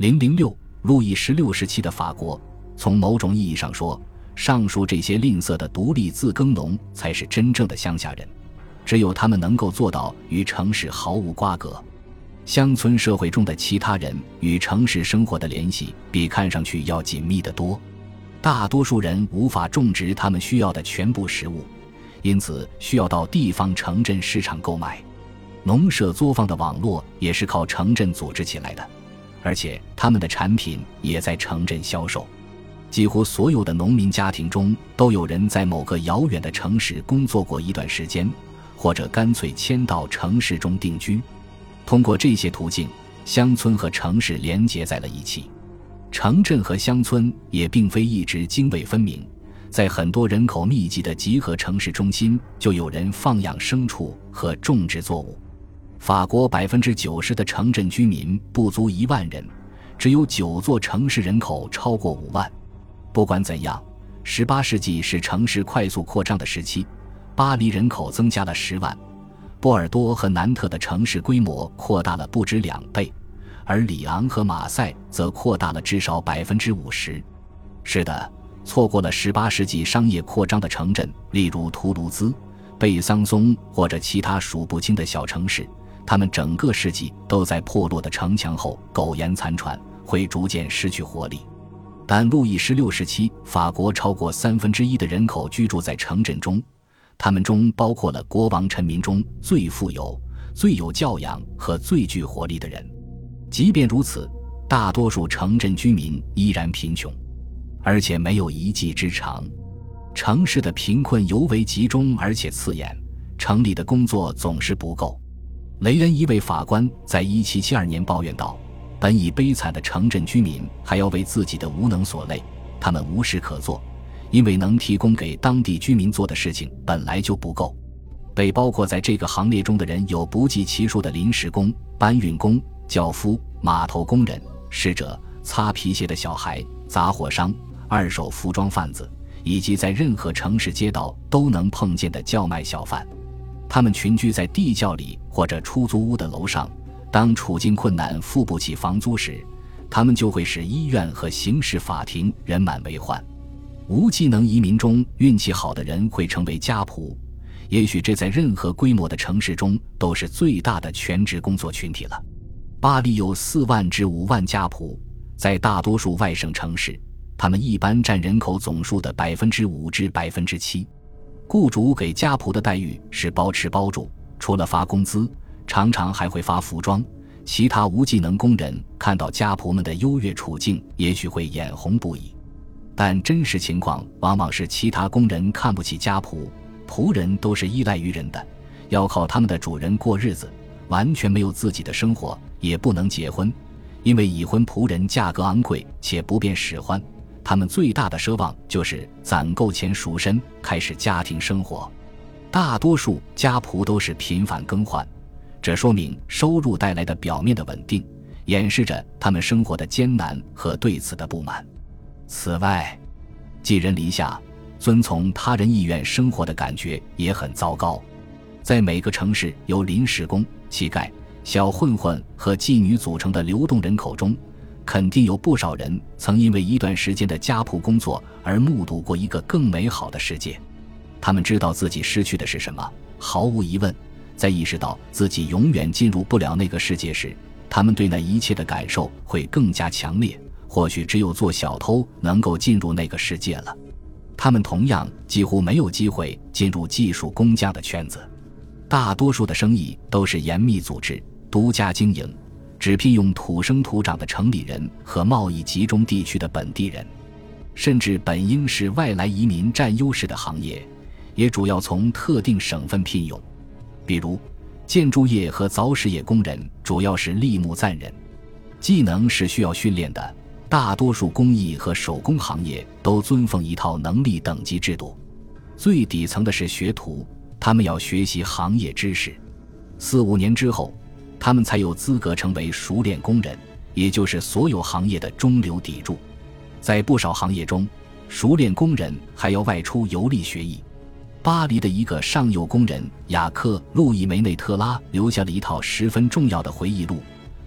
006路易16时期的法国，从某种意义上说，上述这些吝啬的独立自耕农才是真正的乡下人，只有他们能够做到与城市毫无瓜葛。乡村社会中的其他人与城市生活的联系比看上去要紧密得多，大多数人无法种植他们需要的全部食物，因此需要到地方城镇市场购买。农舍作坊的网络也是靠城镇组织起来的，而且他们的产品也在城镇销售。几乎所有的农民家庭中都有人在某个遥远的城市工作过一段时间，或者干脆迁到城市中定居。通过这些途径，乡村和城市连结在了一起。城镇和乡村也并非一直泾渭分明，在很多人口密集的集合城市中心就有人放养牲畜和种植作物。法国 90% 的城镇居民不足1万人，只有9座城市人口超过5万。不管怎样，18世纪是城市快速扩张的时期，巴黎人口增加了10万，波尔多和南特的城市规模扩大了不止2倍，而里昂和马赛则扩大了至少 50%。 是的，错过了18世纪商业扩张的城镇，例如图卢兹、贝桑松或者其他数不清的小城市，他们整个世纪都在破落的城墙后苟延残喘，会逐渐失去活力。但路易16时期，法国超过1/3的人口居住在城镇中，他们中包括了国王臣民中最富有、最有教养和最具活力的人。即便如此，大多数城镇居民依然贫穷，而且没有一技之长。城市的贫困尤为集中而且刺眼，城里的工作总是不够。雷恩一位法官在1772年抱怨道，本已悲惨的城镇居民还要为自己的无能所累，他们无事可做，因为能提供给当地居民做的事情本来就不够。被包括在这个行列中的人有不计其数的临时工、搬运工、轿夫、码头工人、侍者、擦皮鞋的小孩、杂货商、二手服装贩子，以及在任何城市街道都能碰见的叫卖小贩。他们群居在地窖里或者出租屋的楼上，当处境困难付不起房租时，他们就会使医院和刑事法庭人满为患。无技能移民中运气好的人会成为家仆，也许这在任何规模的城市中都是最大的全职工作群体了。巴黎有4万至5万家仆，在大多数外省城市，他们一般占人口总数的 5% 至 7%。 雇主给家仆的待遇是包吃包住，除了发工资，常常还会发服装。其他无技能工人看到家仆们的优越处境，也许会眼红不已，但真实情况往往是其他工人看不起家仆，仆人都是依赖于人的，要靠他们的主人过日子，完全没有自己的生活，也不能结婚，因为已婚仆人价格昂贵且不便使唤，他们最大的奢望就是攒够钱赎身，开始家庭生活。大多数家仆都是频繁更换，这说明收入带来的表面的稳定，掩饰着他们生活的艰难和对此的不满。此外，寄人篱下、遵从他人意愿生活的感觉也很糟糕。在每个城市由临时工、乞丐、小混混和妓女组成的流动人口中，肯定有不少人曾因为一段时间的家仆工作而目睹过一个更美好的世界。他们知道自己失去的是什么，毫无疑问，在意识到自己永远进入不了那个世界时，他们对那一切的感受会更加强烈。或许只有做小偷能够进入那个世界了。他们同样几乎没有机会进入技术工匠的圈子。大多数的生意都是严密组织、独家经营，只聘用土生土长的城里人和贸易集中地区的本地人。甚至本应是外来移民占优势的行业，也主要从特定省份聘用。比如建筑业和凿石业工人主要是立木赞人，技能是需要训练的。大多数工艺和手工行业都遵奉一套能力等级制度。最底层的是学徒，他们要学习行业知识，4-5年之后，他们才有资格成为熟练工人，也就是所有行业的中流砥柱。在不少行业中，熟练工人还要外出游历学艺。巴黎的一个上游工人雅克·路易梅内特拉留下了一套十分重要的回忆录，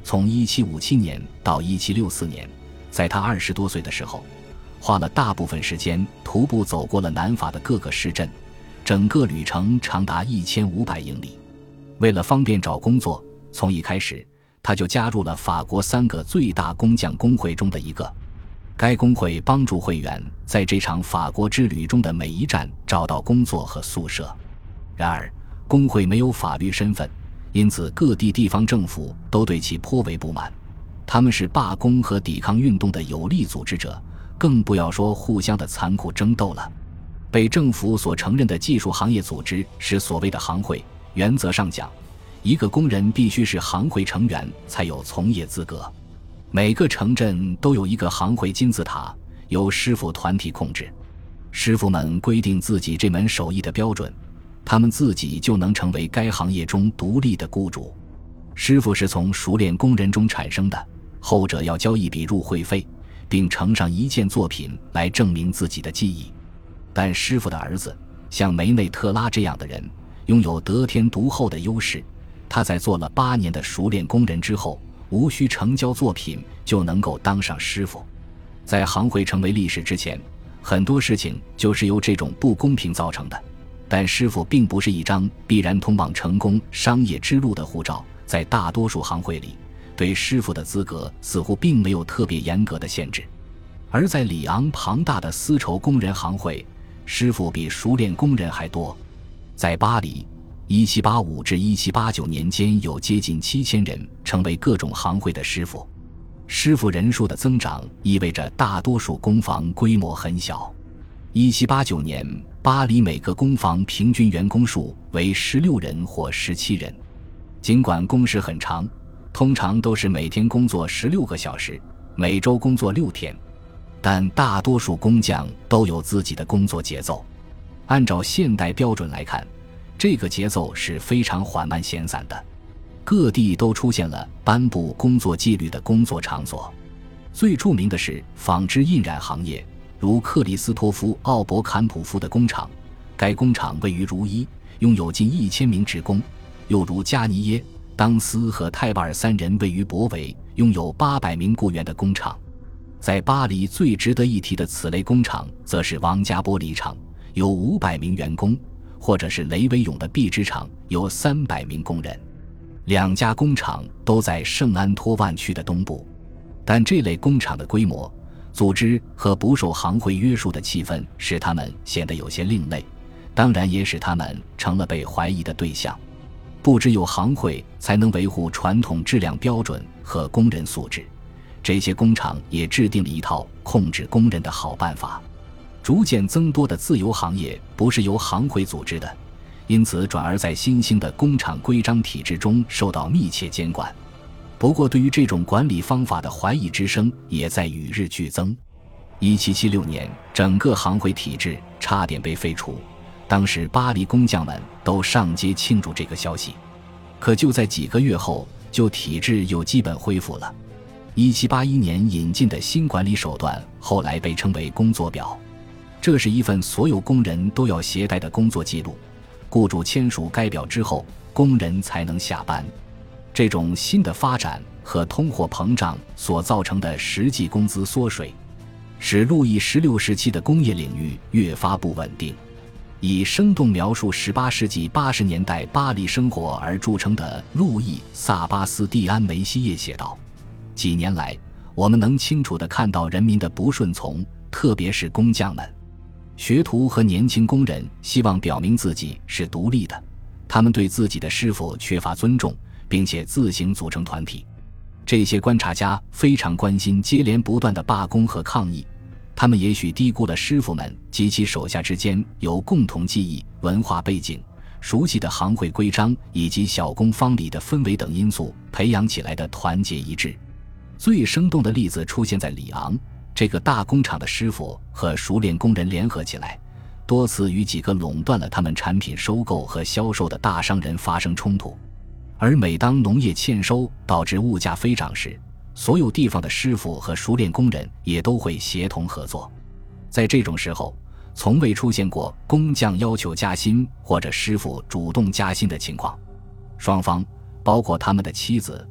从1757年到1764年，在他20多岁的时候，花了大部分时间徒步走过了南法的各个市镇，整个旅程长达1500英里。为了方便找工作，从一开始他就加入了法国3个最大工匠工会中的一个。该工会帮助会员在这场法国之旅中的每一站找到工作和宿舍。然而，工会没有法律身份，因此各地地方政府都对其颇为不满。他们是罢工和抵抗运动的有力组织者，更不要说互相的残酷争斗了。被政府所承认的技术行业组织是所谓的行会，原则上讲，一个工人必须是行会成员才有从业资格。每个城镇都有一个行会金字塔，由师傅团体控制。师傅们规定自己这门手艺的标准，他们自己就能成为该行业中独立的雇主。师傅是从熟练工人中产生的，后者要交一笔入会费，并呈上一件作品来证明自己的技艺。但师傅的儿子，像梅内特拉这样的人，拥有得天独厚的优势。他在做了8年的熟练工人之后，无需成交作品就能够当上师傅。在行会成为历史之前，很多事情就是由这种不公平造成的。但师傅并不是一张必然通往成功商业之路的护照，在大多数行会里，对师傅的资格似乎并没有特别严格的限制。而在里昂庞大的丝绸工人行会，师傅比熟练工人还多。在巴黎1785至1789年间，有接近7000人成为各种行会的师傅。师傅人数的增长意味着大多数工坊规模很小。1789年，巴黎每个工坊平均员工数为16人或17人。尽管工时很长，通常都是每天工作16个小时，每周工作6天，但大多数工匠都有自己的工作节奏。按照现代标准来看，这个节奏是非常缓慢闲散的。各地都出现了颁布工作纪律的工作场所，最著名的是纺织印染行业，如克里斯托夫·奥伯坎普夫的工厂，该工厂位于如伊，拥有近1000名职工；又如加尼耶、当斯和泰瓦尔3人位于博韦，拥有800名雇员的工厂。在巴黎最值得一提的此类工厂则是王家玻璃厂，有500名员工，或者是雷维永的壁纸厂，有300名工人。2家工厂都在圣安托万区的东部，但这类工厂的规模、组织和不受行会约束的气氛使他们显得有些另类，当然也使他们成了被怀疑的对象。不只有行会才能维护传统质量标准和工人素质，这些工厂也制定了一套控制工人的好办法。逐渐增多的自由行业不是由行会组织的，因此转而在新兴的工厂规章体制中受到密切监管。不过对于这种管理方法的怀疑之声也在与日俱增。1776年，整个行会体制差点被废除，当时巴黎工匠们都上街庆祝这个消息。可就在几个月后，体制又基本恢复了。1781年引进的新管理手段后来被称为工作表，这是一份所有工人都要携带的工作记录，雇主签署该表之后，工人才能下班。这种新的发展和通货膨胀所造成的实际工资缩水，使路易16时期的工业领域越发不稳定。以生动描述18世纪80年代巴黎生活而著称的路易·萨巴斯蒂安·梅西耶写道：几年来，我们能清楚地看到人民的不顺从，特别是工匠们。学徒和年轻工人希望表明自己是独立的，他们对自己的师傅缺乏尊重，并且自行组成团体。这些观察家非常关心接连不断的罢工和抗议，他们也许低估了师傅们及其手下之间有共同记忆、文化背景、熟悉的行会规章以及小工坊里的氛围等因素培养起来的团结一致。最生动的例子出现在里昂，这个大工厂的师傅和熟练工人联合起来，多次与几个垄断了他们产品收购和销售的大商人发生冲突。而每当农业欠收导致物价飞涨时，所有地方的师傅和熟练工人也都会协同合作。在这种时候，从未出现过工匠要求加薪或者师傅主动加薪的情况。双方，包括他们的妻子，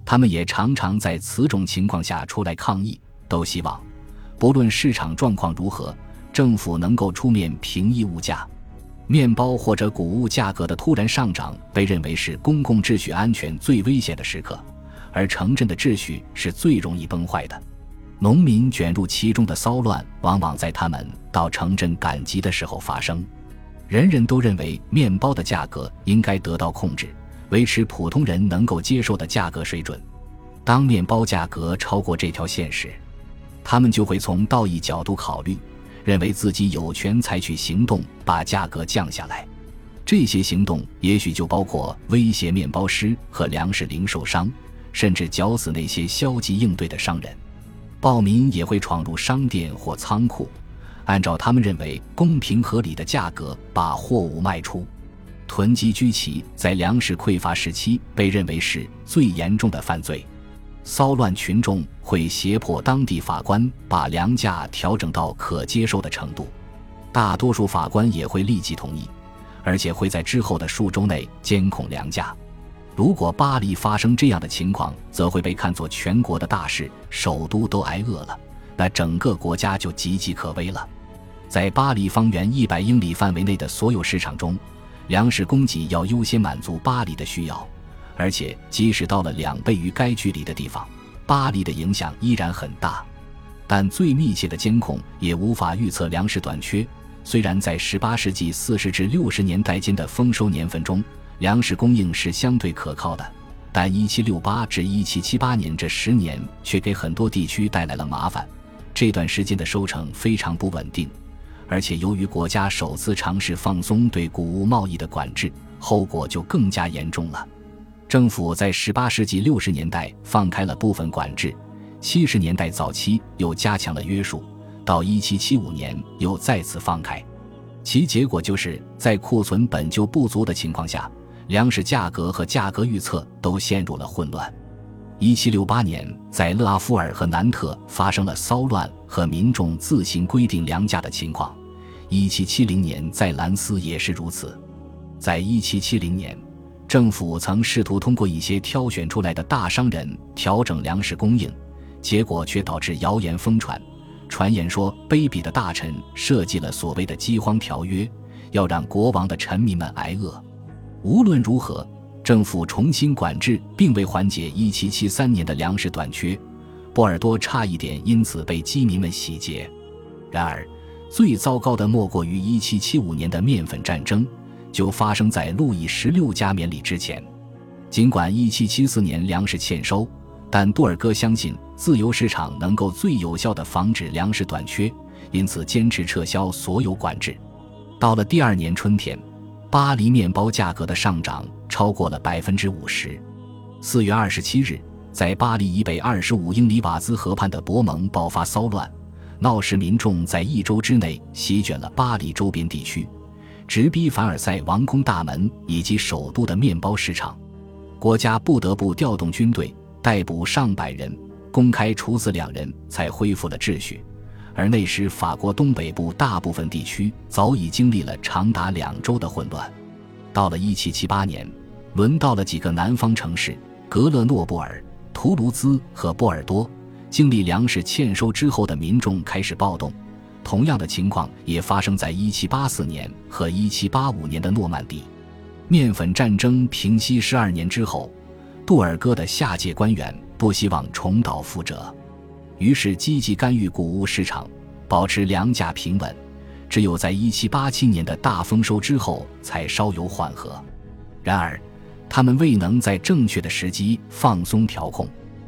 他们也常常在此种情况下出来抗议，都希望不论市场状况如何，政府能够出面平抑物价。面包或者谷物价格的突然上涨被认为是公共秩序安全最危险的时刻，而城镇的秩序是最容易崩坏的。农民卷入其中的骚乱往往在他们到城镇赶集的时候发生。人人都认为面包的价格应该得到控制，维持普通人能够接受的价格水准。当面包价格超过这条线时，他们就会从道义角度考虑，认为自己有权采取行动把价格降下来。这些行动也许就包括威胁面包师和粮食零售商，甚至绞死那些消极应对的商人。暴民也会闯入商店或仓库，按照他们认为公平合理的价格把货物卖出。囤积居奇在粮食匮乏时期被认为是最严重的犯罪。骚乱群众会胁迫当地法官把粮价调整到可接受的程度，大多数法官也会立即同意，而且会在之后的数周内监控粮价。如果巴黎发生这样的情况，则会被看作全国的大事，首都都挨饿了，那整个国家就岌岌可危了。在巴黎方圆100英里范围内的所有市场中，粮食供给要优先满足巴黎的需要，而且即使到了2倍于该距离的地方，巴黎的影响依然很大。但最密切的监控也无法预测粮食短缺。虽然在18世纪40至60年代间的丰收年份中，粮食供应是相对可靠的，但1768至1778年这10年却给很多地区带来了麻烦。这段时间的收成非常不稳定，而且由于国家首次尝试放松对谷物贸易的管制，后果就更加严重了。政府在18世纪60年代放开了部分管制，70年代早期又加强了约束，到1775年又再次放开。其结果就是在库存本就不足的情况下，粮食价格和价格预测都陷入了混乱。1768年在勒阿夫尔和南特发生了骚乱和民众自行规定粮价的情况，1770年在兰斯也是如此。在1770年，政府曾试图通过一些挑选出来的大商人调整粮食供应，结果却导致谣言疯传，传言说卑鄙的大臣设计了所谓的饥荒条约，要让国王的臣民们挨饿。无论如何，政府重新管制并未缓解1773年的粮食短缺，波尔多差一点因此被饥民们洗劫。然而最糟糕的莫过于1775年的面粉战争，就发生在路易16加冕礼之前。尽管1774年粮食欠收，但杜尔戈相信自由市场能够最有效地防止粮食短缺，因此坚持撤销所有管制。到了第2年春天，巴黎面包价格的上涨超过了 50%。 4月27日，在巴黎以北25英里瓦兹河畔的博蒙爆发骚乱，闹事民众在1周之内席卷了巴黎周边地区，直逼凡尔赛王宫大门以及首都的面包市场。国家不得不调动军队，逮捕上百人，公开处死2人，才恢复了秩序。而那时法国东北部大部分地区早已经历了长达2周的混乱。到了1778年，轮到了几个南方城市格勒诺布尔、图卢兹和波尔多，经历粮食欠收之后的民众开始暴动。同样的情况也发生在1784年和1785年的诺曼底。面粉战争平息12年之后，杜尔戈的下届官员不希望重蹈覆辙，于是积极干预谷物市场，保持粮价平稳，只有在1787年的大丰收之后才稍有缓和。然而他们未能在正确的时机放松调控。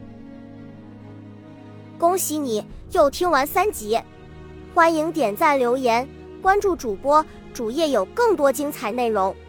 恭喜你又听完3集，欢迎点赞留言，关注主播，主页有更多精彩内容。